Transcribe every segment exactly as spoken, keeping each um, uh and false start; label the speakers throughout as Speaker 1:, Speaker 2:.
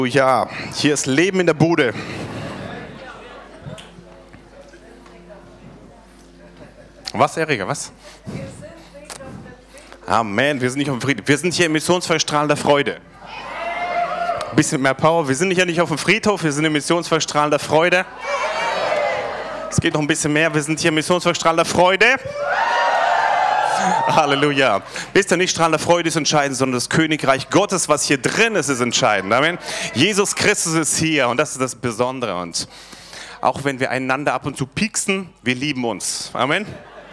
Speaker 1: Ja, hier ist Leben in der Bude. Was, Erika, was? Amen, wir sind nicht auf dem Friedhof. Wir sind hier im Missionswerk strahlender Freude. Ein bisschen mehr Power. Wir sind hier nicht auf dem Friedhof, wir sind im Missionswerk strahlender Freude. Es geht noch ein bisschen mehr. Wir sind hier im Missionswerk strahlender Freude. Halleluja. Wisst ihr, nicht strahlender Freude ist entscheidend, sondern das Königreich Gottes, was hier drin ist, ist entscheidend. Amen. Jesus Christus ist hier und das ist das Besondere. Und auch wenn wir einander ab und zu pieksen, wir lieben uns. Amen.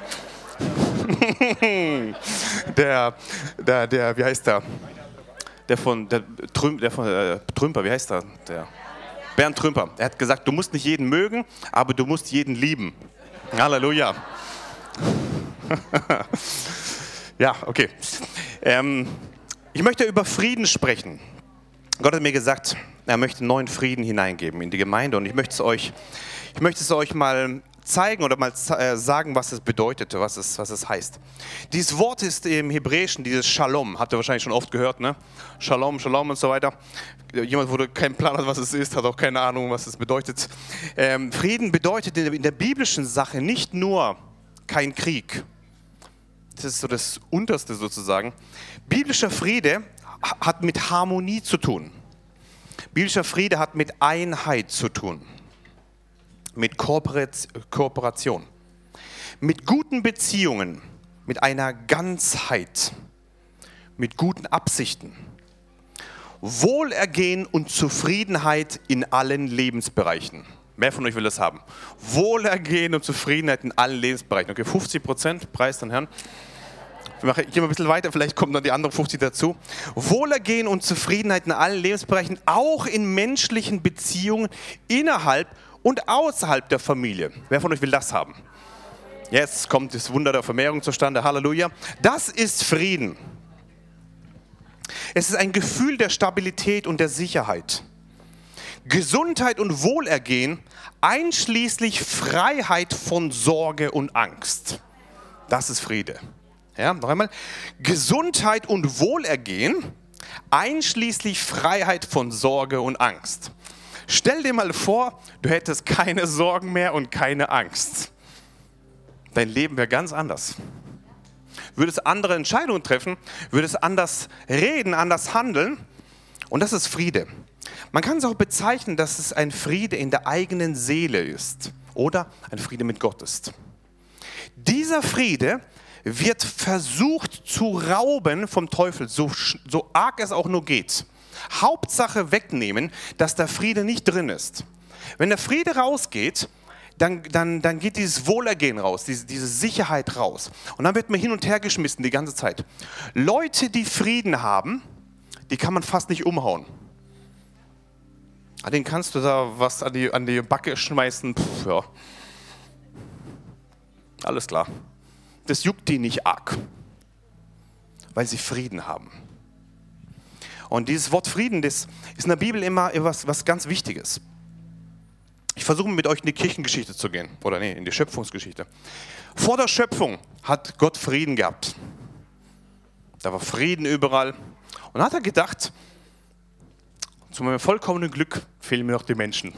Speaker 1: Der, der, der, wie heißt der? Der von, der, Trüm, der von äh, Trümper, wie heißt der? Der Bernd Trümper. Er hat gesagt, du musst nicht jeden mögen, aber du musst jeden lieben. Halleluja. Ja, okay. Ähm, ich möchte über Frieden sprechen. Gott hat mir gesagt, er möchte neuen Frieden hineingeben in die Gemeinde und ich möchte es euch, ich möchte es euch mal zeigen oder mal sagen, was es bedeutet, was es, was es heißt. Dieses Wort ist im Hebräischen, dieses Shalom, habt ihr wahrscheinlich schon oft gehört, ne? Shalom, Shalom und so weiter. Jemand, wo keinen Plan hat, was es ist, hat auch keine Ahnung, was es bedeutet. Ähm, Frieden bedeutet in der, in der biblischen Sache nicht nur kein Krieg. Das ist so das Unterste sozusagen. Biblischer Friede hat mit Harmonie zu tun. Biblischer Friede hat mit Einheit zu tun. Mit Kooperation. Mit guten Beziehungen. Mit einer Ganzheit. Mit guten Absichten. Wohlergehen und Zufriedenheit in allen Lebensbereichen. Wer von euch will das haben? Wohlergehen und Zufriedenheit in allen Lebensbereichen. Okay, fünfzig Prozent, Preis den Herrn. Ich gehe mal ein bisschen weiter, vielleicht kommen dann die anderen fünfzig dazu. Wohlergehen und Zufriedenheit in allen Lebensbereichen, auch in menschlichen Beziehungen innerhalb und außerhalb der Familie. Wer von euch will das haben? Jetzt kommt das Wunder der Vermehrung zustande. Halleluja. Das ist Frieden. Es ist ein Gefühl der Stabilität und der Sicherheit. Gesundheit und Wohlergehen, einschließlich Freiheit von Sorge und Angst. Das ist Friede. Ja, noch einmal. Gesundheit und Wohlergehen, einschließlich Freiheit von Sorge und Angst. Stell dir mal vor, du hättest keine Sorgen mehr und keine Angst. Dein Leben wäre ganz anders. Würdest andere Entscheidungen treffen, würdest anders reden, anders handeln. Und das ist Friede. Man kann es auch bezeichnen, dass es ein Friede in der eigenen Seele ist oder ein Friede mit Gott ist. Dieser Friede wird versucht zu rauben vom Teufel, so, so arg es auch nur geht. Hauptsache wegnehmen, dass der Friede nicht drin ist. Wenn der Friede rausgeht, dann, dann, dann geht dieses Wohlergehen raus, diese, diese Sicherheit raus. Und dann wird man hin und her geschmissen die ganze Zeit. Leute, die Frieden haben, die kann man fast nicht umhauen. Den kannst du da was an die, an die Backe schmeißen. Pff, ja. Alles klar. Das juckt die nicht arg, weil sie Frieden haben. Und dieses Wort Frieden, das ist in der Bibel immer was, was ganz Wichtiges. Ich versuche mit euch in die Kirchengeschichte zu gehen, oder nee, in die Schöpfungsgeschichte. Vor der Schöpfung hat Gott Frieden gehabt. Da war Frieden überall. Und dann hat er gedacht, zu meinem vollkommenen Glück fehlen mir noch die Menschen.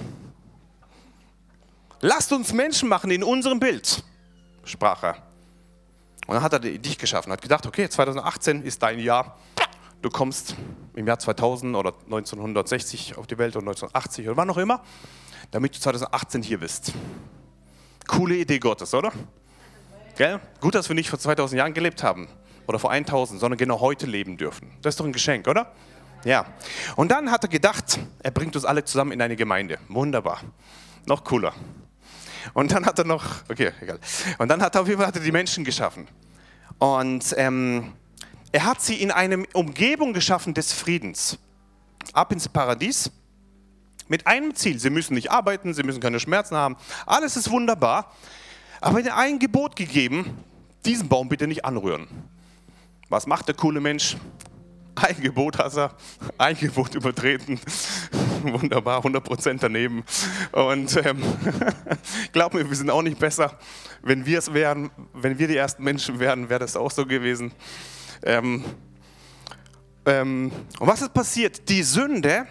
Speaker 1: Lasst uns Menschen machen in unserem Bild, sprach er. Und dann hat er dich geschaffen, hat gedacht, okay, zwanzig achtzehn ist dein Jahr. Du kommst im Jahr zweitausend oder neunzehnhundertsechzig auf die Welt oder neunzehnhundertachtzig oder wann auch immer, damit du zwanzig achtzehn hier bist. Coole Idee Gottes, oder? Gell? Gut, dass wir nicht vor zweitausend Jahren gelebt haben oder vor tausend, sondern genau heute leben dürfen. Das ist doch ein Geschenk, oder? Ja. Und dann hat er gedacht, er bringt uns alle zusammen in eine Gemeinde. Wunderbar. Noch cooler. Und dann hat er noch, okay, egal. Und dann hat er auf jeden Fall hat er die Menschen geschaffen. Und ähm, er hat sie in eine Umgebung geschaffen des Friedens. Ab ins Paradies. Mit einem Ziel. Sie müssen nicht arbeiten, sie müssen keine Schmerzen haben. Alles ist wunderbar. Aber er hat ein Gebot gegeben, diesen Baum bitte nicht anrühren. Was macht der coole Mensch? Ein Gebot hat er, ein Gebot übertreten. Wunderbar, hundert Prozent daneben. Und ähm, glaub mir, wir sind auch nicht besser. Wenn wir es wären, wenn wir die ersten Menschen wären, wäre das auch so gewesen. Ähm, ähm, und was ist passiert? Die Sünde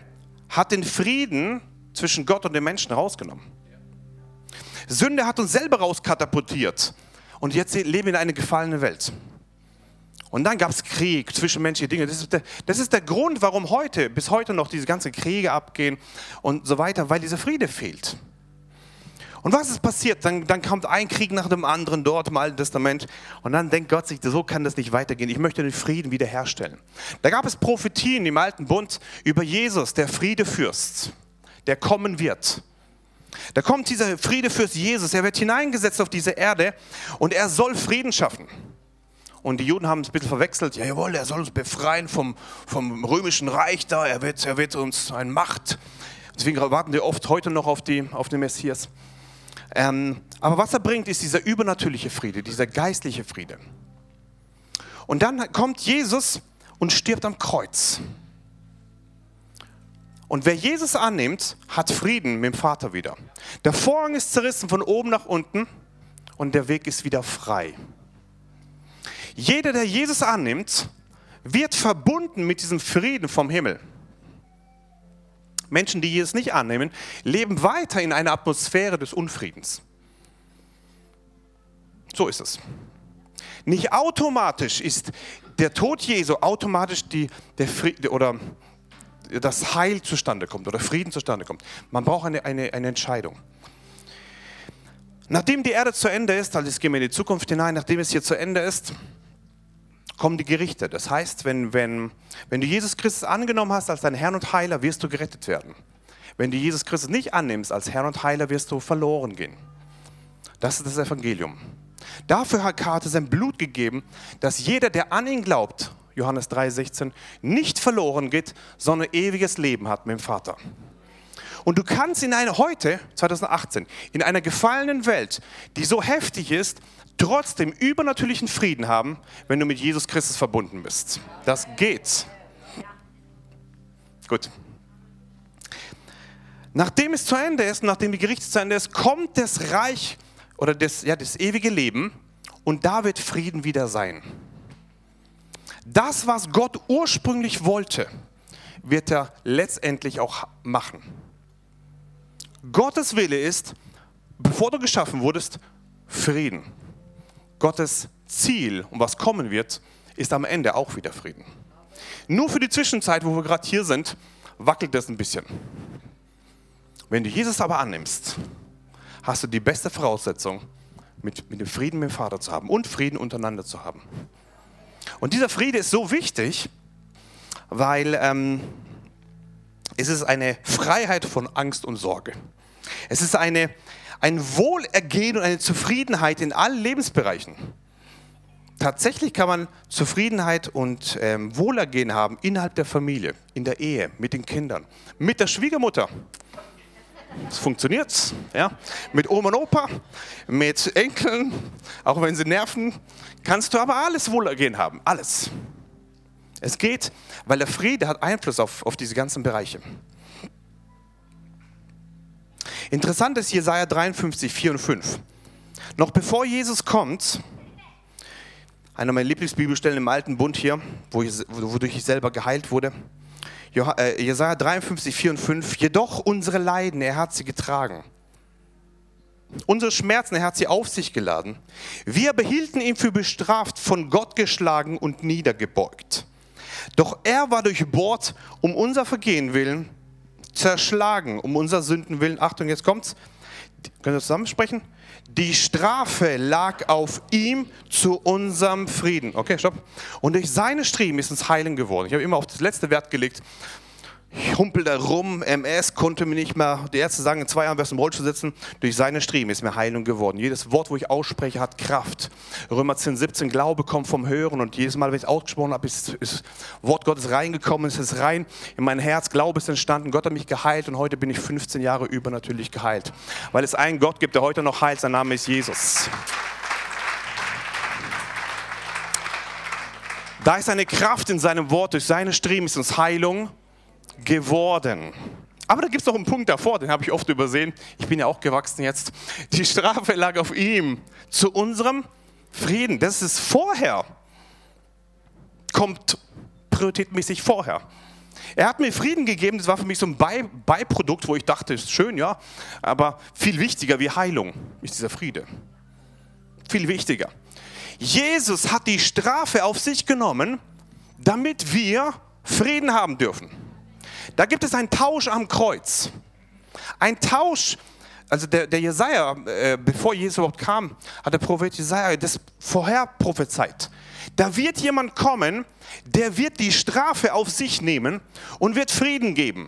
Speaker 1: hat den Frieden zwischen Gott und den Menschen rausgenommen. Sünde hat uns selber rauskatapultiert. Und jetzt leben wir in einer gefallenen Welt. Und dann gab es Krieg, zwischenmenschliche Dinge. Das ist, der, das ist der Grund, warum heute, bis heute noch diese ganzen Kriege abgehen und so weiter, weil dieser Friede fehlt. Und was ist passiert? Dann, dann kommt ein Krieg nach dem anderen dort im Alten Testament. Und dann denkt Gott sich, so kann das nicht weitergehen. Ich möchte den Frieden wiederherstellen. Da gab es Prophetien im Alten Bund über Jesus, der Friedefürst, der kommen wird. Da kommt dieser Friedefürst Jesus, er wird hineingesetzt auf diese Erde und er soll Frieden schaffen. Und die Juden haben es ein bisschen verwechselt. Ja, jawohl, er soll uns befreien vom, vom römischen Reich da. Er wird, er wird uns eine Macht. Deswegen warten wir oft heute noch auf, die, auf den Messias. Ähm, aber was er bringt, ist dieser übernatürliche Friede, dieser geistliche Friede. Und dann kommt Jesus und stirbt am Kreuz. Und wer Jesus annimmt, hat Frieden mit dem Vater wieder. Der Vorhang ist zerrissen von oben nach unten und der Weg ist wieder frei. Jeder, der Jesus annimmt, wird verbunden mit diesem Frieden vom Himmel. Menschen, die Jesus nicht annehmen, leben weiter in einer Atmosphäre des Unfriedens. So ist es. Nicht automatisch ist der Tod Jesu automatisch die, der Friede, oder das Heil zustande kommt oder Frieden zustande kommt. Man braucht eine, eine, eine Entscheidung. Nachdem die Erde zu Ende ist, also jetzt gehen wir in die Zukunft hinein, nachdem es hier zu Ende ist, kommen die Gerichte. Das heißt, wenn, wenn, wenn du Jesus Christus angenommen hast als dein Herrn und Heiler, wirst du gerettet werden. Wenn du Jesus Christus nicht annimmst als Herrn und Heiler, wirst du verloren gehen. Das ist das Evangelium. Dafür hat er sein Blut gegeben, dass jeder, der an ihn glaubt, Johannes drei sechzehn, nicht verloren geht, sondern ewiges Leben hat mit dem Vater. Und du kannst in einer, heute, zwanzig achtzehn, in einer gefallenen Welt, die so heftig ist, trotzdem übernatürlichen Frieden haben, wenn du mit Jesus Christus verbunden bist. Das geht. Gut. Nachdem es zu Ende ist, nachdem die Gerichte zu Ende ist, kommt das Reich oder das, ja, das ewige Leben und da wird Frieden wieder sein. Das, was Gott ursprünglich wollte, wird er letztendlich auch machen. Gottes Wille ist, bevor du geschaffen wurdest, Frieden. Gottes Ziel und was kommen wird, ist am Ende auch wieder Frieden. Nur für die Zwischenzeit, wo wir gerade hier sind, wackelt das ein bisschen. Wenn du Jesus aber annimmst, hast du die beste Voraussetzung, mit, mit dem Frieden mit dem Vater zu haben und Frieden untereinander zu haben. Und dieser Friede ist so wichtig, weil ähm, es ist eine Freiheit von Angst und Sorge. Es ist eine, ein Wohlergehen und eine Zufriedenheit in allen Lebensbereichen. Tatsächlich kann man Zufriedenheit und ähm, Wohlergehen haben innerhalb der Familie, in der Ehe, mit den Kindern, mit der Schwiegermutter. Es funktioniert, ja. Mit Oma und Opa, mit Enkeln, auch wenn sie nerven, kannst du aber alles Wohlergehen haben, alles. Es geht, weil der Friede hat Einfluss auf, auf diese ganzen Bereiche. Interessant ist Jesaja dreiundfünfzig, vier und fünf. Noch bevor Jesus kommt, einer meiner Lieblingsbibelstellen im Alten Bund hier, wo ich, wodurch ich selber geheilt wurde, Jesaja dreiundfünfzig, vier und fünf. Jedoch unsere Leiden, er hat sie getragen. Unsere Schmerzen, er hat sie auf sich geladen. Wir behielten ihn für bestraft, von Gott geschlagen und niedergebeugt. Doch er war durchbohrt, um unser Vergehen willen, zerschlagen, um unser Sünden willen. Achtung, jetzt kommt's. Können wir zusammen sprechen? Die Strafe lag auf ihm zu unserem Frieden. Okay, stopp. Und durch seine Striemen ist uns Heilen geworden. Ich habe immer auf das letzte Wert gelegt. Ich humpel da rum, M S konnte mir nicht mehr, die Ärzte sagen, in zwei Jahren wirst du im Rollstuhl sitzen. Durch seine Striemen ist mir Heilung geworden. Jedes Wort, wo ich ausspreche, hat Kraft. Römer zehn, siebzehn, Glaube kommt vom Hören. Und jedes Mal, wenn ich es ausgesprochen habe, ist das Wort Gottes reingekommen, ist es rein in mein Herz. Glaube ist entstanden, Gott hat mich geheilt und heute bin ich fünfzehn Jahre übernatürlich geheilt. Weil es einen Gott gibt, der heute noch heilt, sein Name ist Jesus. Da ist eine Kraft in seinem Wort, durch seine Striemen ist uns Heilung geworden. Aber da gibt es noch einen Punkt davor, den habe ich oft übersehen. Ich bin ja auch gewachsen jetzt. Die Strafe lag auf ihm zu unserem Frieden. Das ist vorher. Kommt prioritätmäßig vorher. Er hat mir Frieden gegeben, das war für mich so ein Bei- Beiprodukt, wo ich dachte, ist schön, ja, aber viel wichtiger wie Heilung ist dieser Friede. Viel wichtiger. Jesus hat die Strafe auf sich genommen, damit wir Frieden haben dürfen. Da gibt es einen Tausch am Kreuz. Ein Tausch, also der, der Jesaja, äh, bevor Jesus überhaupt kam, hat der Prophet Jesaja das vorher prophezeit. Da wird jemand kommen, der wird die Strafe auf sich nehmen und wird Frieden geben.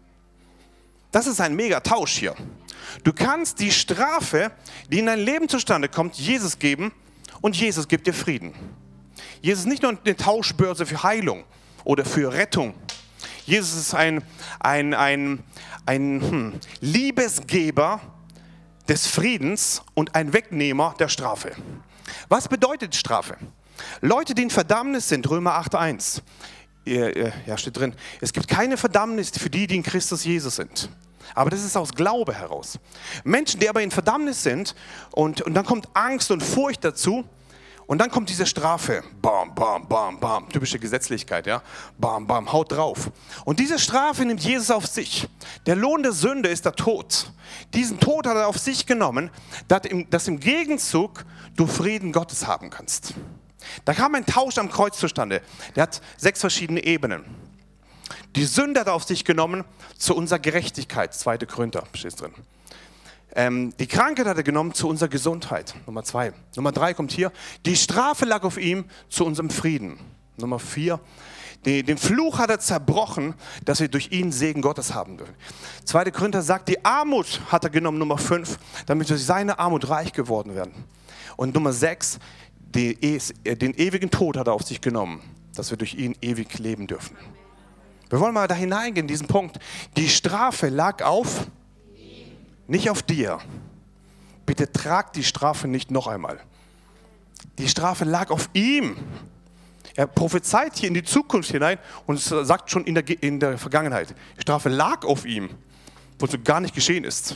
Speaker 1: Das ist ein mega Tausch hier. Du kannst die Strafe, die in dein Leben zustande kommt, Jesus geben und Jesus gibt dir Frieden. Jesus ist nicht nur eine Tauschbörse für Heilung oder für Rettung. Jesus ist ein, ein, ein, ein hm, Liebesgeber des Friedens und ein Wegnehmer der Strafe. Was bedeutet Strafe? Leute, die in Verdammnis sind, Römer acht eins, ja, steht drin, es gibt keine Verdammnis für die, die in Christus Jesus sind. Aber das ist aus Glaube heraus. Menschen, die aber in Verdammnis sind und, und dann kommt Angst und Furcht dazu und dann kommt diese Strafe. Bam, bam, bam, bam. Typische Gesetzlichkeit, ja. Bam, bam, haut drauf. Und diese Strafe nimmt Jesus auf sich. Der Lohn der Sünde ist der Tod. Diesen Tod hat er auf sich genommen, dass im Gegenzug du Frieden Gottes haben kannst. Da kam ein Tausch am Kreuz zustande. Der hat sechs verschiedene Ebenen. Die Sünde hat er auf sich genommen zu unserer Gerechtigkeit. zweite Korinther steht drin. Ähm, die Krankheit hat er genommen zu unserer Gesundheit. Nummer zwei. Nummer drei kommt hier. Die Strafe lag auf ihm zu unserem Frieden. Nummer vier. Die, den Fluch hat er zerbrochen, dass wir durch ihn Segen Gottes haben dürfen. zweite Korinther sagt, die Armut hat er genommen. Nummer fünf. Damit wir durch seine Armut reich geworden werden. Und Nummer sechs. Den, den ewigen Tod hat er auf sich genommen, dass wir durch ihn ewig leben dürfen. Wir wollen mal da hineingehen, in diesen Punkt. Die Strafe lag auf, nicht auf dir. Bitte trag die Strafe nicht noch einmal. Die Strafe lag auf ihm. Er prophezeit hier in die Zukunft hinein und es sagt schon in der, in der Vergangenheit. Die Strafe lag auf ihm, wo es gar nicht geschehen ist.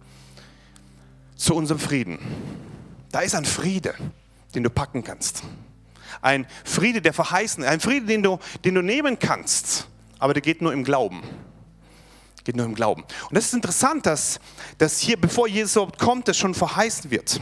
Speaker 1: Zu unserem Frieden. Da ist ein Friede, den du packen kannst. Ein Friede, der verheißen, ein Friede, den du, den du nehmen kannst, aber der geht nur im Glauben. Geht nur im Glauben. Und das ist interessant, dass, dass hier, bevor Jesus überhaupt kommt, das schon verheißen wird.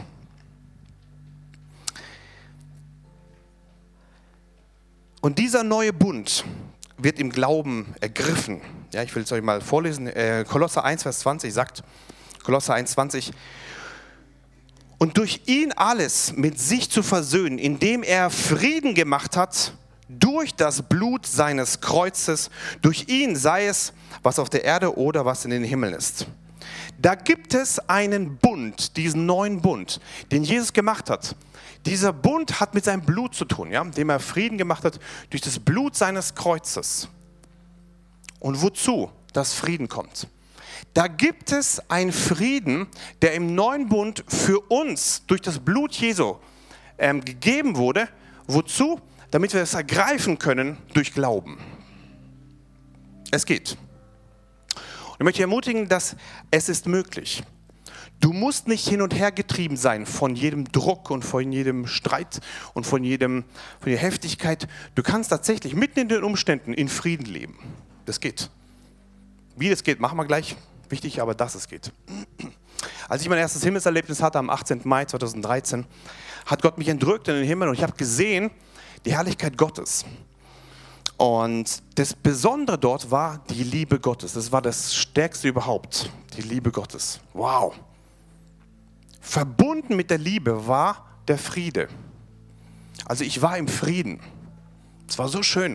Speaker 1: Und dieser neue Bund wird im Glauben ergriffen. Ja, ich will es euch mal vorlesen. Äh, Kolosser eins, Vers zwanzig sagt, Kolosser eins, zwanzig, und durch ihn alles mit sich zu versöhnen, indem er Frieden gemacht hat, durch das Blut seines Kreuzes, durch ihn sei es, was auf der Erde oder was in den Himmeln ist. Da gibt es einen Bund, diesen neuen Bund, den Jesus gemacht hat. Dieser Bund hat mit seinem Blut zu tun, ja, indem er Frieden gemacht hat durch das Blut seines Kreuzes. Und wozu? Dass Frieden kommt. Da gibt es einen Frieden, der im neuen Bund für uns durch das Blut Jesu ähm, gegeben wurde. Wozu? Damit wir es ergreifen können durch Glauben. Es geht. Und ich möchte ermutigen, dass es ist möglich. Du musst nicht hin und her getrieben sein von jedem Druck und von jedem Streit und von, jedem, von der Heftigkeit. Du kannst tatsächlich mitten in den Umständen in Frieden leben. Das geht. Wie das geht, machen wir gleich. Wichtig, aber dass es geht. Als ich mein erstes Himmelserlebnis hatte am achtzehnten Mai zweitausenddreizehn, hat Gott mich entrückt in den Himmel und ich habe gesehen die Herrlichkeit Gottes. Und das Besondere dort war die Liebe Gottes. Das war das Stärkste überhaupt, die Liebe Gottes. Wow. Verbunden mit der Liebe war der Friede. Also ich war im Frieden. Es war so schön.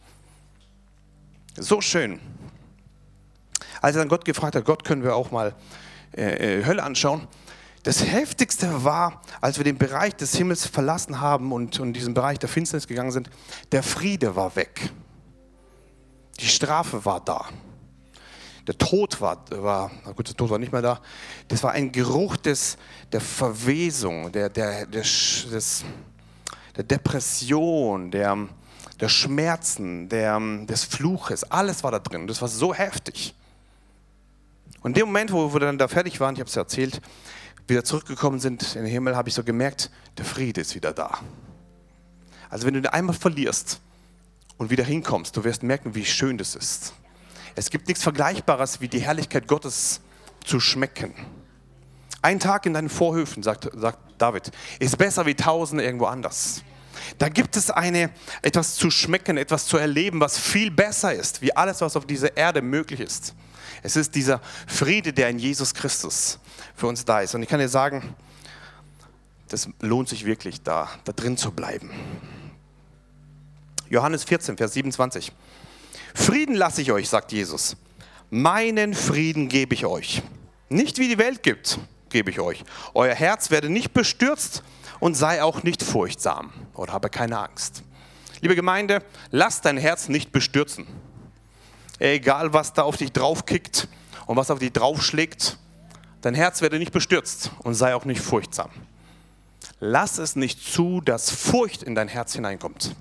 Speaker 1: So schön. Als er dann Gott gefragt hat, Gott, können wir auch mal äh, Hölle anschauen. Das Heftigste war, als wir den Bereich des Himmels verlassen haben und in diesen Bereich der Finsternis gegangen sind, der Friede war weg. Die Strafe war da. Der Tod war, war na gut, der Tod war nicht mehr da. Das war ein Geruch des, der Verwesung, der, der, der, des, der Depression, der, der Schmerzen, der, des Fluches. Alles war da drin. Das war so heftig. Und in dem Moment, wo wir dann da fertig waren, ich habe es ja erzählt, wieder zurückgekommen sind in den Himmel, habe ich so gemerkt, der Friede ist wieder da. Also wenn du den einmal verlierst und wieder hinkommst, du wirst merken, wie schön das ist. Es gibt nichts Vergleichbares, wie die Herrlichkeit Gottes zu schmecken. Ein Tag in deinen Vorhöfen, sagt, sagt David, ist besser wie tausend irgendwo anders. Da gibt es eine, etwas zu schmecken, etwas zu erleben, was viel besser ist, wie alles, was auf dieser Erde möglich ist. Es ist dieser Friede, der in Jesus Christus für uns da ist. Und ich kann dir sagen, das lohnt sich wirklich, da, da drin zu bleiben. Johannes vierzehn, Vers siebenundzwanzig. Frieden lasse ich euch, sagt Jesus. Meinen Frieden gebe ich euch. Nicht wie die Welt gibt, gebe ich euch. Euer Herz werde nicht bestürzt und sei auch nicht furchtsam oder habe keine Angst. Liebe Gemeinde, lass dein Herz nicht bestürzen. Egal, was da auf dich draufkickt und was auf dich draufschlägt, dein Herz werde nicht bestürzt und sei auch nicht furchtsam. Lass es nicht zu, dass Furcht in dein Herz hineinkommt.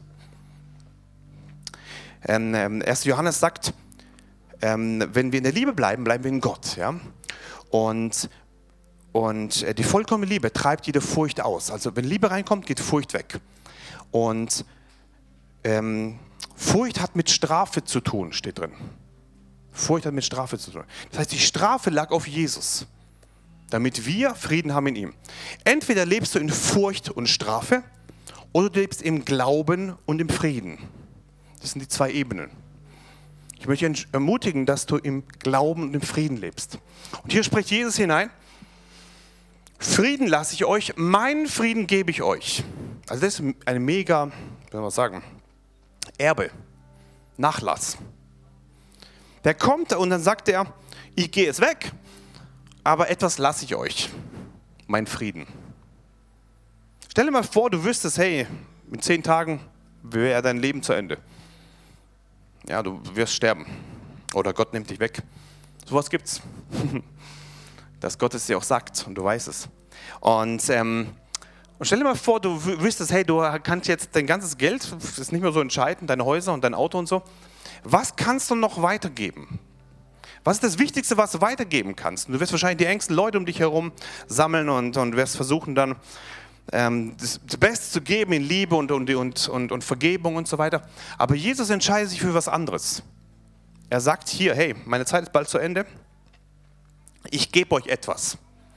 Speaker 1: Ähm, erster Johannes sagt, ähm, wenn wir in der Liebe bleiben, bleiben wir in Gott. Ja? Und, und die vollkommene Liebe treibt jede Furcht aus. Also wenn Liebe reinkommt, geht Furcht weg. Und ähm, Furcht hat mit Strafe zu tun, steht drin. Furcht hat mit Strafe zu tun. Das heißt, die Strafe lag auf Jesus, damit wir Frieden haben in ihm. Entweder lebst du in Furcht und Strafe oder du lebst im Glauben und im Frieden. Das sind die zwei Ebenen. Ich möchte dich ermutigen, dass du im Glauben und im Frieden lebst. Und hier spricht Jesus hinein, Frieden lasse ich euch, meinen Frieden gebe ich euch. Also das ist eine mega, wie soll man sagen, Erbe, Nachlass. Der kommt und dann sagt er, ich gehe jetzt weg, aber etwas lasse ich euch, mein Frieden. Stell dir mal vor, du wüsstest, hey, in zehn Tagen wäre dein Leben zu Ende. Ja, du wirst sterben oder Gott nimmt dich weg. Sowas gibt's. Dass Gott es dir auch sagt und du weißt es. Und, ähm, und stell dir mal vor, du wüsstest, hey, du kannst jetzt dein ganzes Geld, das ist nicht mehr so entscheidend, deine Häuser und dein Auto und so. Was kannst du noch weitergeben? Was ist das Wichtigste, was du weitergeben kannst? Und du wirst wahrscheinlich die engsten Leute um dich herum sammeln und, und wirst versuchen dann ähm, das, das Beste zu geben in Liebe und, und, und, und, und Vergebung und so weiter. Aber Jesus entscheidet sich für was anderes. Er sagt hier, hey, meine Zeit ist bald zu Ende. Ich gebe euch etwas.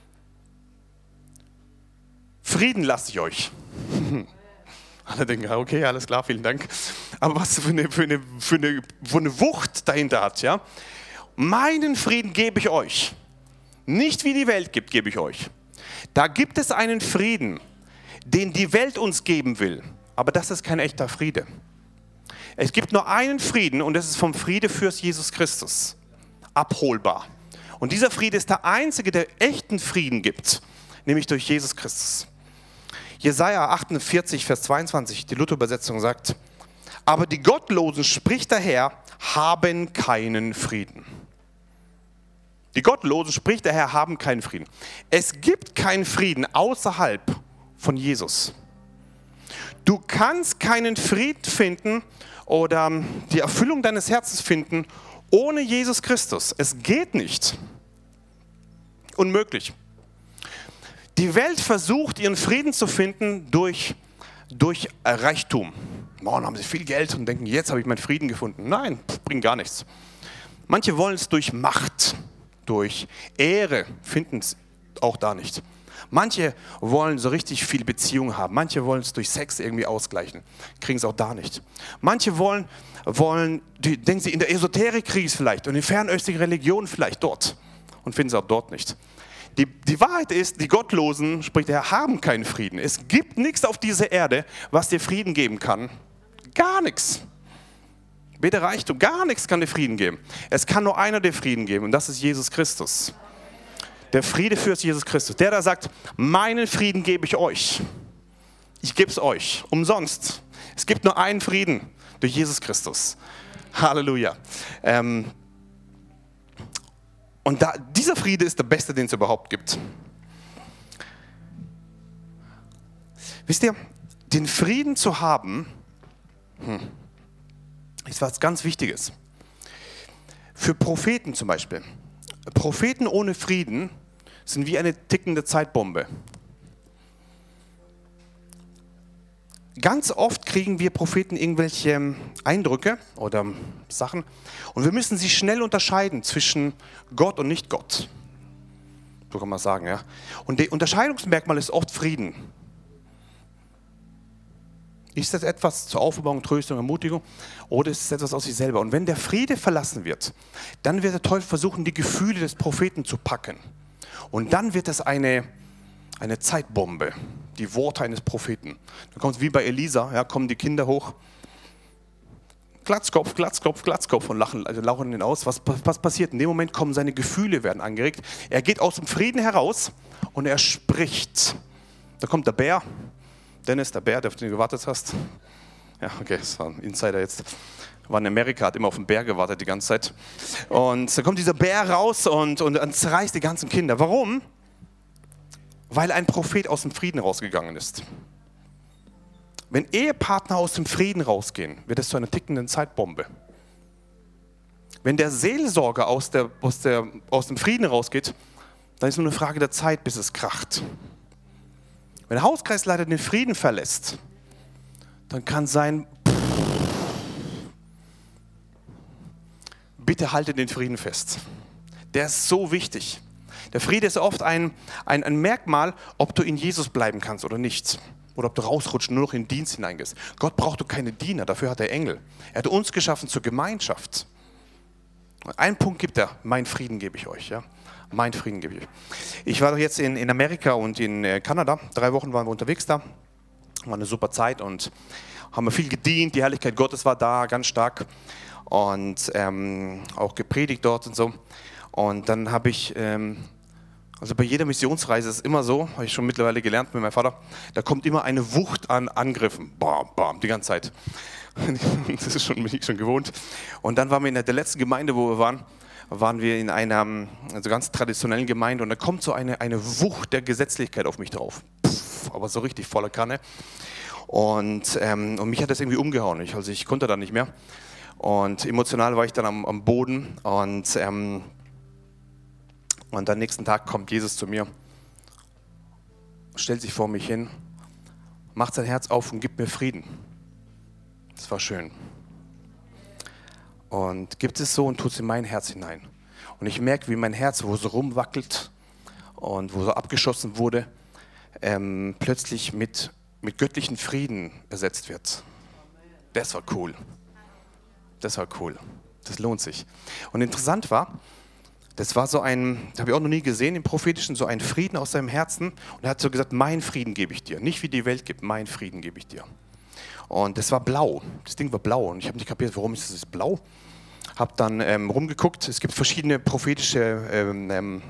Speaker 1: Frieden lasse ich euch. Alle denken, okay, alles klar, vielen Dank. Aber was für eine, für eine, für eine, für eine Wucht dahinter hat, ja? Meinen Frieden gebe ich euch. Nicht wie die Welt gibt, gebe ich euch. Da gibt es einen Frieden, den die Welt uns geben will. Aber das ist kein echter Friede. Es gibt nur einen Frieden und das ist vom Friedefürst Jesus Christus. Abholbar. Und dieser Friede ist der einzige, der echten Frieden gibt. Nämlich durch Jesus Christus. Jesaja achtundvierzig, Vers zweiundzwanzig, die Luther-Übersetzung sagt, aber die Gottlosen, spricht der Herr, haben keinen Frieden. Die Gottlosen, spricht der Herr, haben keinen Frieden. Es gibt keinen Frieden außerhalb von Jesus. Du kannst keinen Frieden finden oder die Erfüllung deines Herzens finden ohne Jesus Christus. Es geht nicht. Unmöglich. Die Welt versucht, ihren Frieden zu finden durch, durch Reichtum. Morgen haben sie viel Geld und denken, jetzt habe ich meinen Frieden gefunden. Nein, bringt gar nichts. Manche wollen es durch Macht, durch Ehre, finden es auch da nicht. Manche wollen so richtig viel Beziehung haben. Manche wollen es durch Sex irgendwie ausgleichen. Kriegen es auch da nicht. Manche wollen, wollen die, denken sie, in der Esoterik kriegen es vielleicht und in fernöstlichen Religionen vielleicht dort und finden es auch dort nicht. Die, die Wahrheit ist, die Gottlosen, spricht der Herr, haben keinen Frieden. Es gibt nichts auf dieser Erde, was dir Frieden geben kann. Gar nichts. Weder Reichtum, gar nichts kann dir Frieden geben. Es kann nur einer dir Frieden geben und das ist Jesus Christus. Der Friedefürst Jesus Christus. Der da sagt, meinen Frieden gebe ich euch. Ich gebe es euch, umsonst. Es gibt nur einen Frieden durch Jesus Christus. Halleluja. Ähm, Und da, dieser Friede ist der beste, den es überhaupt gibt. Wisst ihr, den Frieden zu haben, hm, ist was ganz Wichtiges. Für Propheten zum Beispiel. Propheten ohne Frieden sind wie eine tickende Zeitbombe. ganz oft kriegen wir Propheten irgendwelche Eindrücke oder Sachen und wir müssen sie schnell unterscheiden zwischen Gott und nicht Gott. So kann man sagen, ja. Und das Unterscheidungsmerkmal ist oft Frieden. Ist das etwas zur Aufbauung, Tröstung, Ermutigung oder ist es etwas aus sich selber? Und wenn der Friede verlassen wird, dann wird der Teufel versuchen, die Gefühle des Propheten zu packen. Und dann wird es eine, eine Zeitbombe, die Worte eines Propheten. Dann kommt es wie bei Elisa, ja, kommen die Kinder hoch, Glatzkopf, Glatzkopf, Glatzkopf und lachen, also lachen ihn aus. Was, was passiert? In dem Moment kommen seine Gefühle, werden angeregt. Er geht aus dem Frieden heraus und er spricht. Da kommt der Bär. Dennis, der Bär, auf den du gewartet hast. Ja, okay, das war ein Insider jetzt. War in Amerika, hat immer auf den Bär gewartet die ganze Zeit. Und dann kommt dieser Bär raus und, und, und zerreißt die ganzen Kinder. Warum? Weil ein Prophet aus dem Frieden rausgegangen ist. Wenn Ehepartner aus dem Frieden rausgehen, wird es zu einer tickenden Zeitbombe. Wenn der Seelsorger aus, der, aus, der, aus dem Frieden rausgeht, dann ist es nur eine Frage der Zeit, bis es kracht. Wenn der Hauskreisleiter den Frieden verlässt, dann kann sein, bitte halte den Frieden fest. Der ist so wichtig. Der Friede ist oft ein, ein, ein Merkmal, ob du in Jesus bleiben kannst oder nicht. Oder ob du rausrutschst und nur noch in den Dienst hineingehst. Gott braucht doch keine Diener, dafür hat er Engel. Er hat uns geschaffen zur Gemeinschaft. Einen Punkt gibt er, mein Frieden gebe ich euch. Ja? Mein Frieden gebe ich euch. Ich war doch jetzt in, in Amerika und in äh, Kanada. Drei Wochen waren wir unterwegs da. War eine super Zeit und haben wir viel gedient. Die Herrlichkeit Gottes war da, ganz stark. Und ähm, auch gepredigt dort und so. Und dann habe ich... Ähm, Also bei jeder Missionsreise ist es immer so, habe ich schon mittlerweile gelernt mit meinem Vater, da kommt immer eine Wucht an Angriffen. Bam, bam, die ganze Zeit. Das ist schon, bin ich schon gewohnt. Und dann waren wir in der letzten Gemeinde, wo wir waren, waren wir in einer also ganz traditionellen Gemeinde und da kommt so eine, eine Wucht der Gesetzlichkeit auf mich drauf. Puff, aber so richtig volle Kanne. Und, ähm, und mich hat das irgendwie umgehauen. Ich, also ich konnte da nicht mehr. Und emotional war ich dann am, am Boden und... Ähm, Und am nächsten Tag kommt Jesus zu mir, stellt sich vor mich hin, macht sein Herz auf und gibt mir Frieden. Das war schön. Und gibt es so und tut es in mein Herz hinein. Und ich merke, wie mein Herz, wo so rumwackelt und wo so abgeschossen wurde, ähm, plötzlich mit, mit göttlichen Frieden ersetzt wird. Das war cool. Das war cool. Das lohnt sich. Und interessant war, das war so ein, das habe ich auch noch nie gesehen im Prophetischen, so ein Frieden aus seinem Herzen. Und er hat so gesagt, mein Frieden gebe ich dir. Nicht wie die Welt gibt, mein Frieden gebe ich dir. Und das war blau. Das Ding war blau. Und ich habe nicht kapiert, warum ist das blau. Habe dann ähm, rumgeguckt. Es gibt verschiedene prophetische ähm, ähm,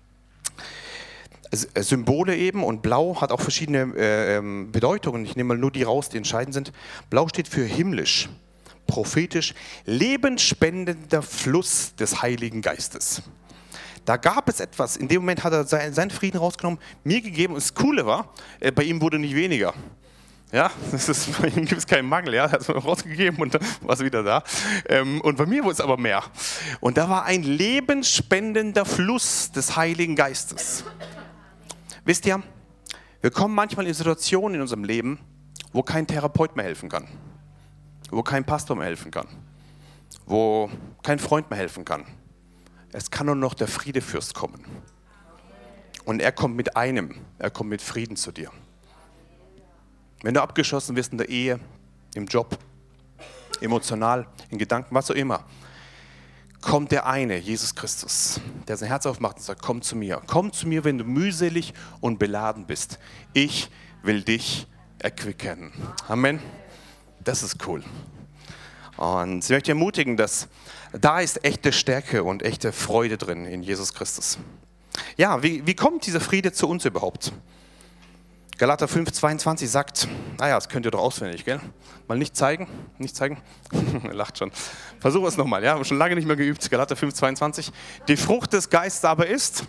Speaker 1: Symbole eben. Und blau hat auch verschiedene äh, ähm, Bedeutungen. Ich nehme mal nur die raus, die entscheidend sind. Blau steht für himmlisch. Prophetisch, lebensspendender Fluss des Heiligen Geistes. Da gab es etwas, in dem Moment hat er seinen Frieden rausgenommen, mir gegeben und das Coole war, bei ihm wurde nicht weniger. Ja, das ist, bei ihm gibt es keinen Mangel, ja, er hat es rausgegeben und dann war es wieder da. Und bei mir wurde es aber mehr. Und da war ein lebensspendender Fluss des Heiligen Geistes. Wisst ihr, wir kommen manchmal in Situationen in unserem Leben, wo kein Therapeut mehr helfen kann. Wo kein Pastor mehr helfen kann, wo kein Freund mehr helfen kann. Es kann nur noch der Friedefürst kommen. Und er kommt mit einem, er kommt mit Frieden zu dir. Wenn du abgeschossen wirst in der Ehe, im Job, emotional, in Gedanken, was auch immer, kommt der eine, Jesus Christus, der sein Herz aufmacht und sagt, komm zu mir. Komm zu mir, wenn du mühselig und beladen bist. Ich will dich erquicken. Amen. Das ist cool. Und ich möchte ermutigen, dass da ist echte Stärke und echte Freude drin in Jesus Christus. Ja, wie, wie kommt dieser Friede zu uns überhaupt? Galater fünf, zweiundzwanzig sagt, naja, das könnt ihr doch auswendig, gell? Mal nicht zeigen, nicht zeigen. Er lacht schon. Versuchen wir es nochmal, ja, haben schon lange nicht mehr geübt. Galater fünf, zweiundzwanzig. Die Frucht des Geistes aber ist...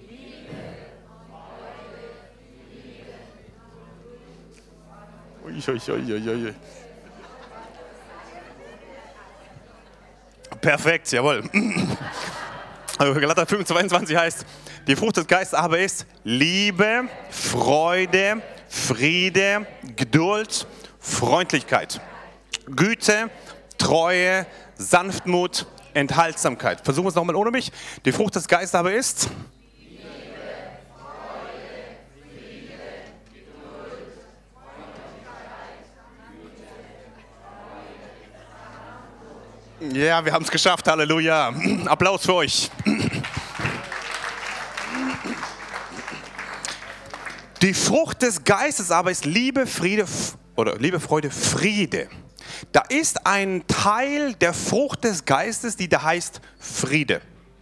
Speaker 1: Ui, ui, ui, ui, ui. Perfekt, jawohl. Also Galater fünf, zweiundzwanzig heißt, die Frucht des Geistes aber ist Liebe, Freude, Friede, Geduld, Freundlichkeit, Güte, Treue, Sanftmut, Enthaltsamkeit. Versuchen wir es nochmal ohne mich. Die Frucht des Geistes aber ist Liebe, Freude, Friede, Geduld, Freundlichkeit, Güte, ja, wir haben es geschafft. Halleluja. Applaus für euch. Die Frucht des Geistes aber ist Liebe, Friede oder Liebe, Freude, Friede. Da ist ein Teil der Frucht des Geistes, die da heißt Friede.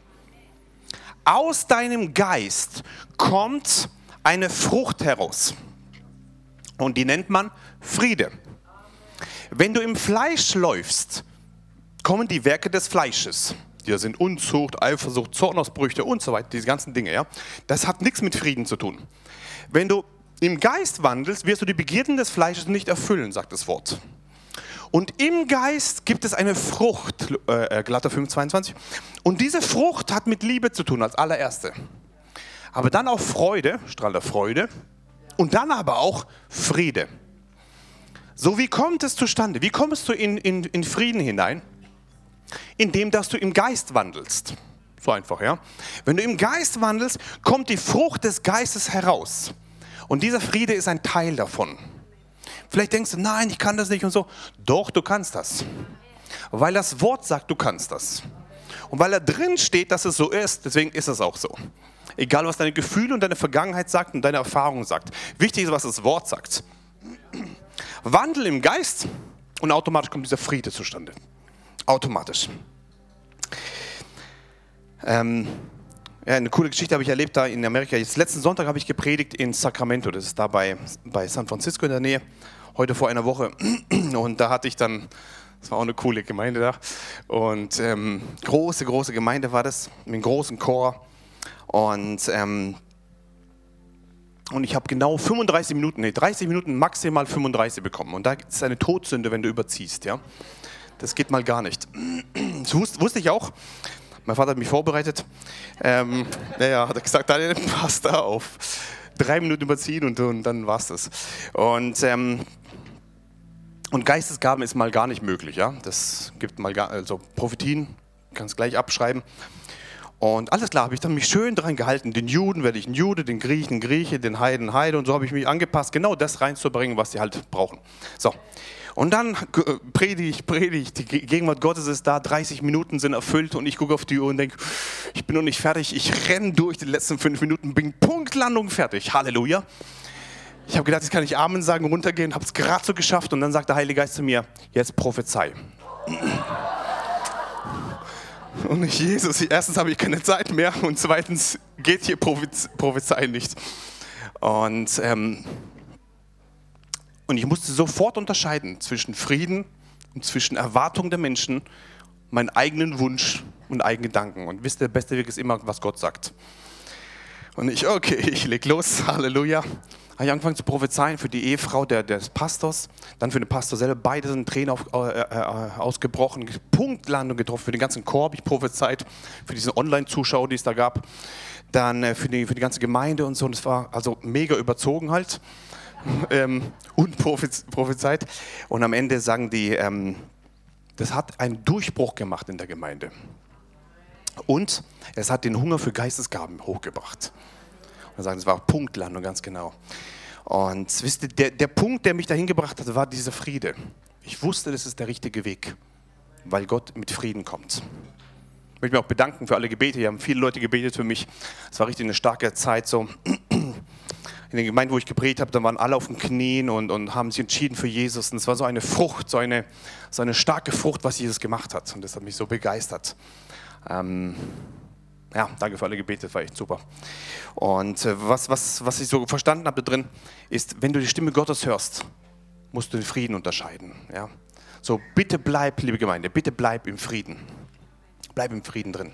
Speaker 1: Aus deinem Geist kommt eine Frucht heraus und die nennt man Friede. Wenn du im Fleisch läufst, kommen die Werke des Fleisches. Die sind Unzucht, Eifersucht, Zornausbrüche und so weiter, diese ganzen Dinge. Ja? Das hat nichts mit Frieden zu tun. Wenn du im Geist wandelst, wirst du die Begierden des Fleisches nicht erfüllen, sagt das Wort. Und im Geist gibt es eine Frucht, äh, Galater fünf, zweiundzwanzig. Und diese Frucht hat mit Liebe zu tun als allererste. Aber dann auch Freude, Strahl der Freude. Und dann aber auch Friede. So, wie kommt es zustande? Wie kommst du in, in, in Frieden hinein? Indem, dass du im Geist wandelst. So einfach, ja. Wenn du im Geist wandelst, kommt die Frucht des Geistes heraus. Und dieser Friede ist ein Teil davon. Vielleicht denkst du, nein, ich kann das nicht und so. Doch, du kannst das. Weil das Wort sagt, du kannst das. Und weil da drin steht, dass es so ist, deswegen ist es auch so. Egal, was deine Gefühle und deine Vergangenheit sagt und deine Erfahrung sagt. Wichtig ist, was das Wort sagt. Wandel im Geist und automatisch kommt dieser Friede zustande. Automatisch. Ähm, ja, eine coole Geschichte habe ich erlebt da in Amerika. Jetzt, letzten Sonntag habe ich gepredigt in Sacramento. Das ist da bei, bei San Francisco in der Nähe. Heute vor einer Woche. Und da hatte ich dann, das war auch eine coole Gemeinde da. Und ähm, große, große Gemeinde war das. Mit einem großen Chor. Und, ähm, und ich habe genau fünfunddreißig Minuten, nee, dreißig Minuten, maximal fünfunddreißig bekommen. Und da ist eine Todsünde, wenn du überziehst. Ja? Das geht mal gar nicht. Das wusste, wusste ich auch. Mein Vater hat mich vorbereitet. Ähm, ja, hat er gesagt, Daniel, pass da auf. Drei Minuten überziehen und, und dann war's das. Und, ähm, und Geistesgaben ist mal gar nicht möglich. Ja? Das gibt mal gar, also Prophetien, kannst gleich abschreiben. Und alles klar, habe ich dann mich schön dran gehalten. Den Juden werde ich ein Jude, den Griechen Grieche, den Heiden Heide. Und so habe ich mich angepasst, genau das reinzubringen, was sie halt brauchen. So. Und dann predigt, predigt, die Gegenwart Gottes ist da, dreißig Minuten sind erfüllt und ich gucke auf die Uhr und denke, ich bin noch nicht fertig, ich renne durch die letzten fünf Minuten, bin Punktlandung fertig, Halleluja. Ich habe gedacht, jetzt kann ich Amen sagen, runtergehen, habe es gerade so geschafft und dann sagt der Heilige Geist zu mir, jetzt prophezei. Und ich, Jesus, erstens habe ich keine Zeit mehr und zweitens geht hier Prophezei nicht. Und ähm, Und ich musste sofort unterscheiden zwischen Frieden und zwischen Erwartung der Menschen, meinen eigenen Wunsch und eigenen Gedanken. Und wisst ihr, der beste Weg ist immer, was Gott sagt. Und ich, okay, ich leg los, Halleluja. Habe ich angefangen zu prophezeien für die Ehefrau der, des Pastors, dann für den Pastor selber. Beide sind Tränen auf, äh, äh, ausgebrochen, Punktlandung getroffen. Für den ganzen Chor habe ich prophezeit, für diese Online-Zuschauer, die es da gab. Dann äh, für, die, für die ganze Gemeinde und so. Und es war also mega überzogen halt. Ähm, und prophezeit. Und am Ende sagen die, ähm, das hat einen Durchbruch gemacht in der Gemeinde. Und es hat den Hunger für Geistesgaben hochgebracht. Und sagen, es war Punktlandung, ganz genau. Und wisst ihr, der, der Punkt, der mich dahin gebracht hat, war dieser Friede. Ich wusste, das ist der richtige Weg, weil Gott mit Frieden kommt. Ich möchte mich auch bedanken für alle Gebete. Hier haben viele Leute gebetet für mich. Es war richtig eine starke Zeit so. In der Gemeinde, wo ich gepredigt habe, da waren alle auf den Knien und, und haben sich entschieden für Jesus. Und es war so eine Frucht, so eine, so eine starke Frucht, was Jesus gemacht hat. Und das hat mich so begeistert. Ähm, ja, danke für alle Gebete, das war echt super. Und äh, was, was, was ich so verstanden habe da drin, ist, wenn du die Stimme Gottes hörst, musst du den Frieden unterscheiden. Ja? So, bitte bleib, liebe Gemeinde, bitte bleib im Frieden. Bleib im Frieden drin.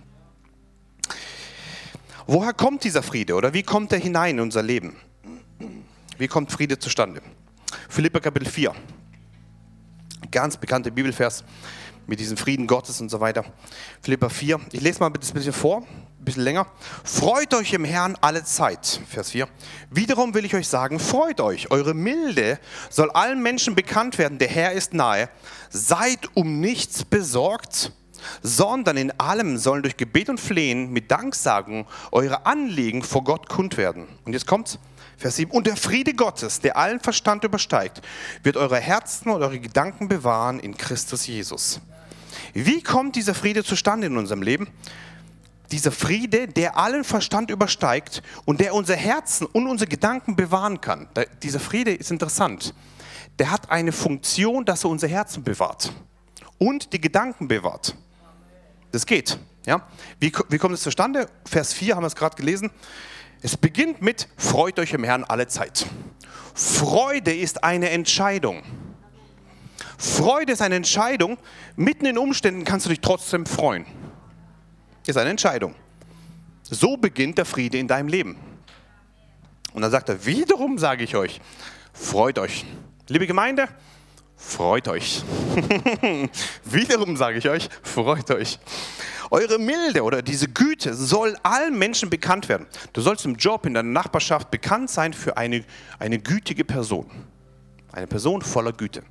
Speaker 1: Woher kommt dieser Friede oder wie kommt er hinein in unser Leben? Wie kommt Friede zustande? Philipper Kapitel vier, ganz bekannter Bibelvers. mit diesem Frieden Gottes und so weiter. Philipper vier, ich lese mal ein bisschen vor, ein bisschen länger. Freut euch im Herrn alle Zeit, Vers vier. Wiederum will ich euch sagen, freut euch, eure Milde soll allen Menschen bekannt werden, der Herr ist nahe. Seid um nichts besorgt, sondern in allem sollen durch Gebet und Flehen mit Danksagung eure Anliegen vor Gott kund werden. Und jetzt kommt's, Vers sieben. Und der Friede Gottes, der allen Verstand übersteigt, wird eure Herzen und eure Gedanken bewahren in Christus Jesus. Wie kommt dieser Friede zustande in unserem Leben? Dieser Friede, der allen Verstand übersteigt und der unser Herzen und unsere Gedanken bewahren kann. Dieser Friede ist interessant. Der hat eine Funktion, dass er unser Herzen bewahrt und die Gedanken bewahrt. Das geht. Ja? Wie, wie kommt es zustande? Vers vier haben wir es gerade gelesen. Es beginnt mit, freut euch im Herrn alle Zeit. Freude ist eine Entscheidung. Freude ist eine Entscheidung. Mitten in Umständen kannst du dich trotzdem freuen. Ist eine Entscheidung. So beginnt der Friede in deinem Leben. Und dann sagt er, wiederum sage ich euch, freut euch. Liebe Gemeinde, freut euch. Wiederum sage ich euch, freut euch. Eure Milde oder diese Güte soll allen Menschen bekannt werden. Du sollst im Job, in deiner Nachbarschaft bekannt sein für eine, eine gütige Person. Eine Person voller Güte.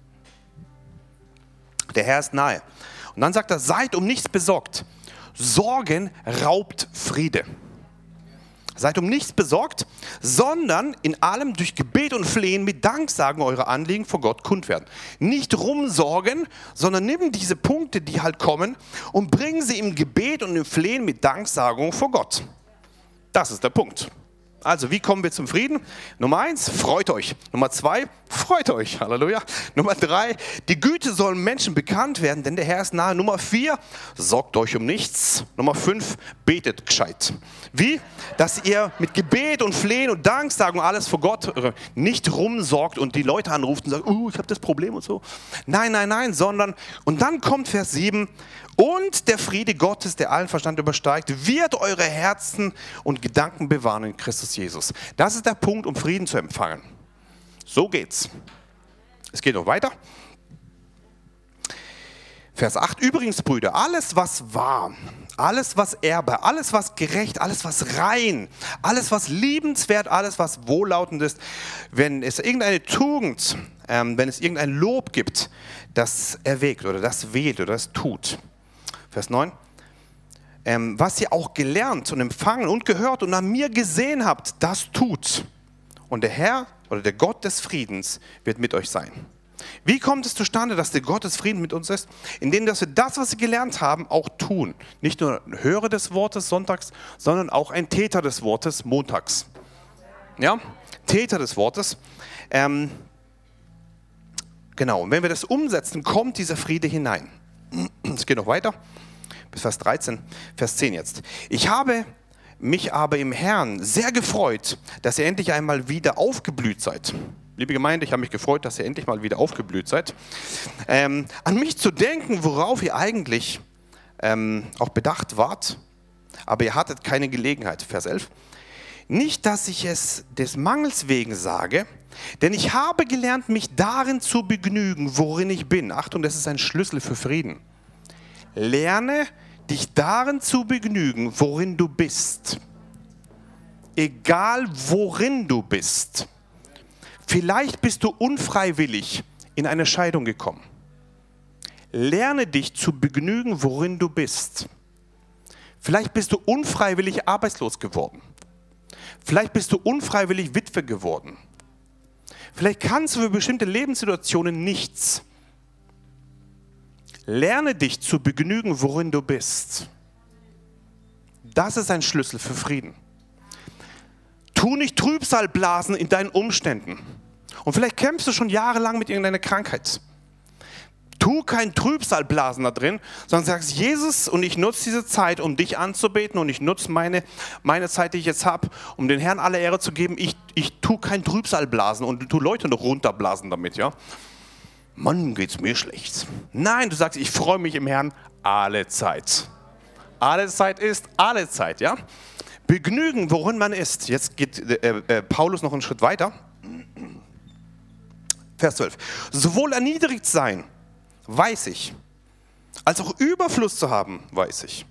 Speaker 1: Der Herr ist nahe. Und dann sagt er, seid um nichts besorgt. Sorgen raubt Friede. Seid um nichts besorgt, sondern in allem durch Gebet und Flehen mit Danksagen eure Anliegen vor Gott kund werden. Nicht rumsorgen, sondern nimm diese Punkte, die halt kommen, und bring sie im Gebet und im Flehen mit Danksagung vor Gott. Das ist der Punkt. Also, wie kommen wir zum Frieden? Nummer eins, freut euch. Nummer zwei, freut euch. Halleluja. Nummer drei, die Güte soll Menschen bekannt werden, denn der Herr ist nahe. Nummer vier, sorgt euch um nichts. Nummer fünf, betet gescheit. Wie? Dass ihr mit Gebet und Flehen und Danksagung alles vor Gott nicht rumsorgt und die Leute anruft und sagt, uh, ich habe das Problem und so. Nein, nein, nein, sondern, und dann kommt Vers sieben, und der Friede Gottes, der allen Verstand übersteigt, wird eure Herzen und Gedanken bewahren in Christus Jesus. Das ist der Punkt, um Frieden zu empfangen. So geht's. Es geht noch weiter. Vers acht. Übrigens, Brüder, alles was wahr, alles was ehrbar, alles was gerecht, alles was rein, alles was liebenswert, alles was wohllautend ist, wenn es irgendeine Tugend, ähm, wenn es irgendein Lob gibt, das erwägt oder das wählt oder das tut. Vers neun. Ähm, was ihr auch gelernt und empfangen und gehört und an mir gesehen habt, das tut. Und der Herr oder der Gott des Friedens wird mit euch sein. Wie kommt es zustande, dass der Gott des Friedens mit uns ist? Indem dass wir das, was wir gelernt haben, auch tun. Nicht nur ein Hörer des Wortes sonntags, sondern auch ein Täter des Wortes montags. Ja, Täter des Wortes. Ähm, genau, und wenn wir das umsetzen, kommt dieser Friede hinein. Es geht noch weiter, bis Vers dreizehn, Vers zehn jetzt. Ich habe mich aber im Herrn sehr gefreut, dass ihr endlich einmal wieder aufgeblüht seid. Liebe Gemeinde, ich habe mich gefreut, dass ihr endlich mal wieder aufgeblüht seid. Ähm, an mich zu denken, worauf ihr eigentlich ähm, auch bedacht wart, aber ihr hattet keine Gelegenheit. Vers elf. Nicht, dass ich es des Mangels wegen sage, denn ich habe gelernt, mich darin zu begnügen, worin ich bin. Achtung, das ist ein Schlüssel für Frieden. Lerne, dich darin zu begnügen, worin du bist. Egal, worin du bist. Vielleicht bist du unfreiwillig in eine Scheidung gekommen. Lerne dich zu begnügen, worin du bist. Vielleicht bist du unfreiwillig arbeitslos geworden. Vielleicht bist du unfreiwillig Witwe geworden. Vielleicht kannst du für bestimmte Lebenssituationen nichts. Lerne dich zu begnügen, worin du bist. Das ist ein Schlüssel für Frieden. Tu nicht Trübsal blasen in deinen Umständen. Und vielleicht kämpfst du schon jahrelang mit irgendeiner Krankheit. Tu kein Trübsalblasen da drin, sondern sagst, Jesus, und ich nutze diese Zeit, um dich anzubeten, und ich nutze meine, meine Zeit, die ich jetzt habe, um den Herrn alle Ehre zu geben. Ich, ich tu kein Trübsalblasen und tu Leute noch runterblasen damit, ja. Mann, geht's mir schlecht. Nein, du sagst, ich freue mich im Herrn alle Zeit. Alle Zeit ist alle Zeit, ja. Begnügen, worin man ist. Jetzt geht äh, äh, Paulus noch einen Schritt weiter. Vers zwölf. Sowohl erniedrigt sein, weiß ich, als auch Überfluss zu haben, weiß ich.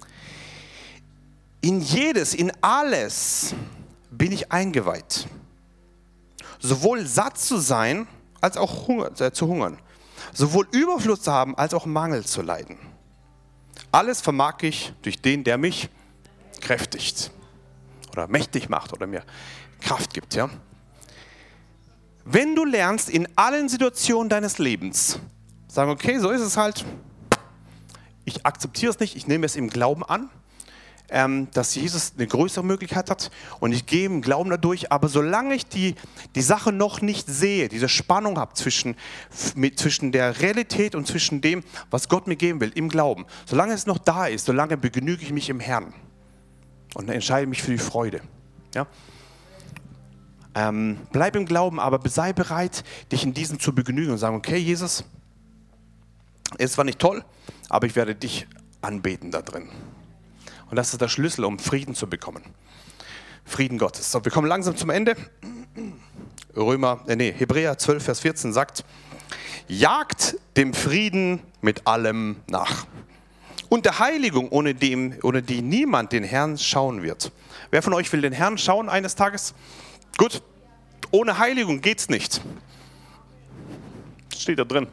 Speaker 1: In jedes, in alles bin ich eingeweiht. Sowohl satt zu sein, als auch Hunger, äh, zu hungern. Sowohl Überfluss zu haben, als auch Mangel zu leiden. Alles vermag ich durch den, der mich kräftigt oder mächtig macht oder mir Kraft gibt. Ja? Wenn du lernst, in allen Situationen deines Lebens, sagen, okay, so ist es halt, ich akzeptiere es nicht, ich nehme es im Glauben an, ähm, dass Jesus eine größere Möglichkeit hat und ich gehe im Glauben dadurch, aber solange ich die, die Sache noch nicht sehe, diese Spannung habe zwischen, mit, zwischen der Realität und zwischen dem, was Gott mir geben will, im Glauben, solange es noch da ist, solange begnüge ich mich im Herrn und entscheide mich für die Freude. Ja? Ähm, bleib im Glauben, aber sei bereit, dich in diesem zu begnügen und sagen, okay, Jesus, es war nicht toll, aber ich werde dich anbeten da drin. Und das ist der Schlüssel, um Frieden zu bekommen. Frieden Gottes. So, wir kommen langsam zum Ende. Römer, äh, nee, Hebräer zwölf, Vers vierzehn sagt, jagt dem Frieden mit allem nach. Und der Heiligung, ohne, dem, ohne die niemand den Herrn schauen wird. Wer von euch will den Herrn schauen eines Tages? Gut, ohne Heiligung geht's nicht. Steht da drin.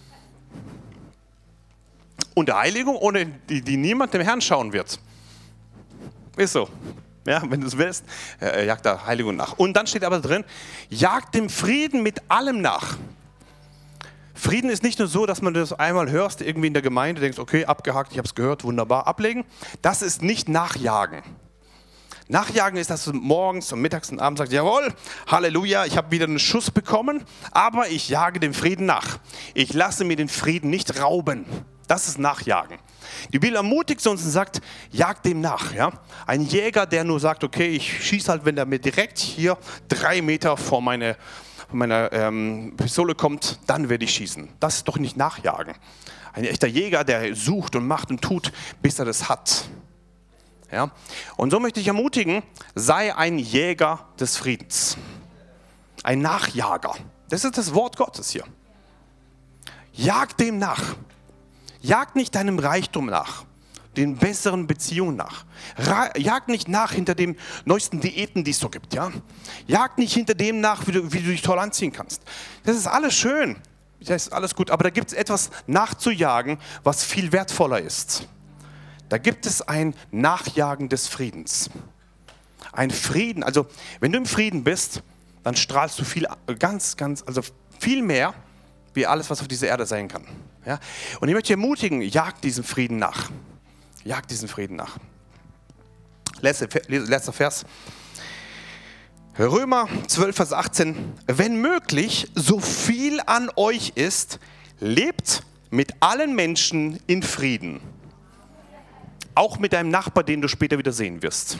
Speaker 1: Und der Heiligung, ohne die, die niemand dem Herrn schauen wird. Ist so. Ja, wenn du es willst, äh, jagt der Heiligung nach. Und dann steht aber drin, jagt dem Frieden mit allem nach. Frieden ist nicht nur so, dass man das einmal hörst, irgendwie in der Gemeinde, denkst, okay, abgehakt, ich habe es gehört, wunderbar, ablegen. Das ist nicht Nachjagen. Nachjagen ist, dass du morgens und mittags und abends sagst, jawohl, Halleluja, ich habe wieder einen Schuss bekommen, aber ich jage dem Frieden nach. Ich lasse mir den Frieden nicht rauben. Das ist Nachjagen. Die Bibel ermutigt uns und sagt, jag dem nach. Ja? Ein Jäger, der nur sagt, okay, ich schieße halt, wenn der mir direkt hier drei Meter vor meine, meiner ähm, Pistole kommt, dann werde ich schießen. Das ist doch nicht Nachjagen. Ein echter Jäger, der sucht und macht und tut, bis er das hat. Ja? Und so möchte ich ermutigen, sei ein Jäger des Friedens. Ein Nachjager. Das ist das Wort Gottes hier. Jag dem nach. Jag nicht deinem Reichtum nach, den besseren Beziehungen nach. Ra- Jag nicht nach hinter den neuesten Diäten, die es so gibt. Ja? Jag nicht hinter dem nach, wie du, wie du dich toll anziehen kannst. Das ist alles schön, das ist alles gut, aber da gibt es etwas nachzujagen, was viel wertvoller ist. Da gibt es ein Nachjagen des Friedens. Ein Frieden, also wenn du im Frieden bist, dann strahlst du viel, ganz, ganz, also viel mehr, wie alles, was auf dieser Erde sein kann. Ja? Und ich möchte dich ermutigen, jagt diesen Frieden nach. Jagt diesen Frieden nach. Letzter, letzter Vers. Römer zwölf, Vers achtzehn. Wenn möglich, so viel an euch ist, lebt mit allen Menschen in Frieden. Auch mit deinem Nachbar, den du später wieder sehen wirst.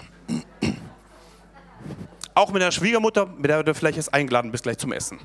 Speaker 1: Auch mit deiner Schwiegermutter, mit der du vielleicht jetzt eingeladen bist, gleich zum Essen.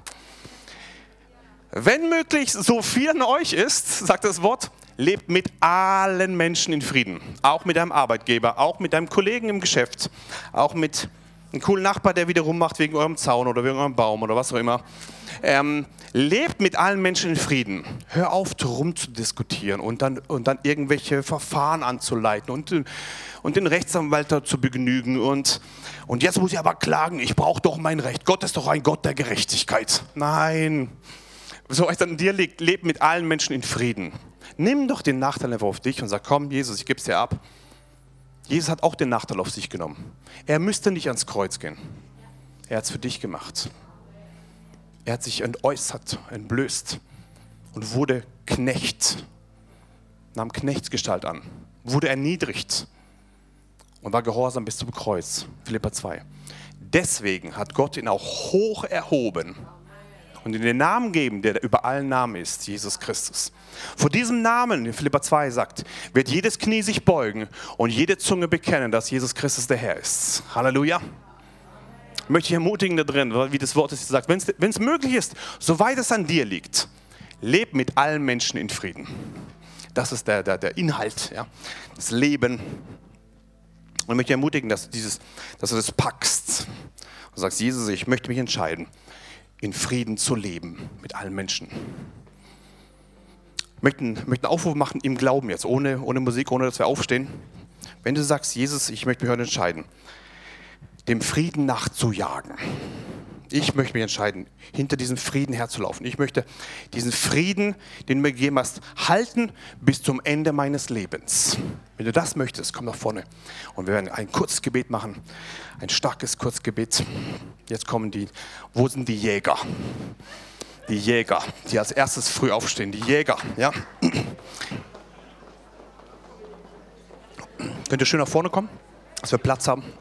Speaker 1: Wenn möglich, so viel an euch ist, sagt das Wort, lebt mit allen Menschen in Frieden. Auch mit deinem Arbeitgeber, auch mit deinem Kollegen im Geschäft, auch mit einem coolen Nachbar, der wieder rummacht wegen eurem Zaun oder wegen eurem Baum oder was auch immer. Ähm, lebt mit allen Menschen in Frieden. Hör auf, rumzudiskutieren und dann, und dann irgendwelche Verfahren anzuleiten und, und den Rechtsanwalt zu begnügen. Und, und jetzt muss ich aber klagen, ich brauche doch mein Recht. Gott ist doch ein Gott der Gerechtigkeit. Nein. So es an dir liegt, leb mit allen Menschen in Frieden. Nimm doch den Nachteil einfach auf dich und sag, komm Jesus, ich gebe es dir ab. Jesus hat auch den Nachteil auf sich genommen. Er müsste nicht ans Kreuz gehen. Er hat es für dich gemacht. Er hat sich entäußert, entblößt und wurde Knecht, nahm Knechtsgestalt an, wurde erniedrigt und war gehorsam bis zum Kreuz. Philipper zwei. Deswegen hat Gott ihn auch hoch erhoben und ihm den Namen geben, der über allen Namen ist, Jesus Christus. Vor diesem Namen, in Philipper zwei sagt, wird jedes Knie sich beugen und jede Zunge bekennen, dass Jesus Christus der Herr ist. Halleluja. Ich möchte dich ermutigen da drin, wie das Wort es sagt, wenn es möglich ist, soweit es an dir liegt, leb mit allen Menschen in Frieden. Das ist der, der, der Inhalt, ja, das Leben. Und ich möchte dich ermutigen, dass du, dieses, dass du das packst und sagst, Jesus, ich möchte mich entscheiden, in Frieden zu leben mit allen Menschen. Ich möchte einen, möchte einen Aufruf machen im Glauben jetzt, ohne, ohne Musik, ohne dass wir aufstehen. Wenn du sagst, Jesus, ich möchte mich heute entscheiden, dem Frieden nachzujagen. Ich möchte mich entscheiden, hinter diesem Frieden herzulaufen. Ich möchte diesen Frieden, den du mir gegeben hast, halten bis zum Ende meines Lebens. Wenn du das möchtest, komm nach vorne. Und wir werden ein kurzes Gebet machen. Ein starkes Kurzgebet. Jetzt kommen die, wo sind die Jäger? Die Jäger, die als erstes früh aufstehen. Die Jäger, ja. Könnt ihr schön nach vorne kommen, dass wir Platz haben?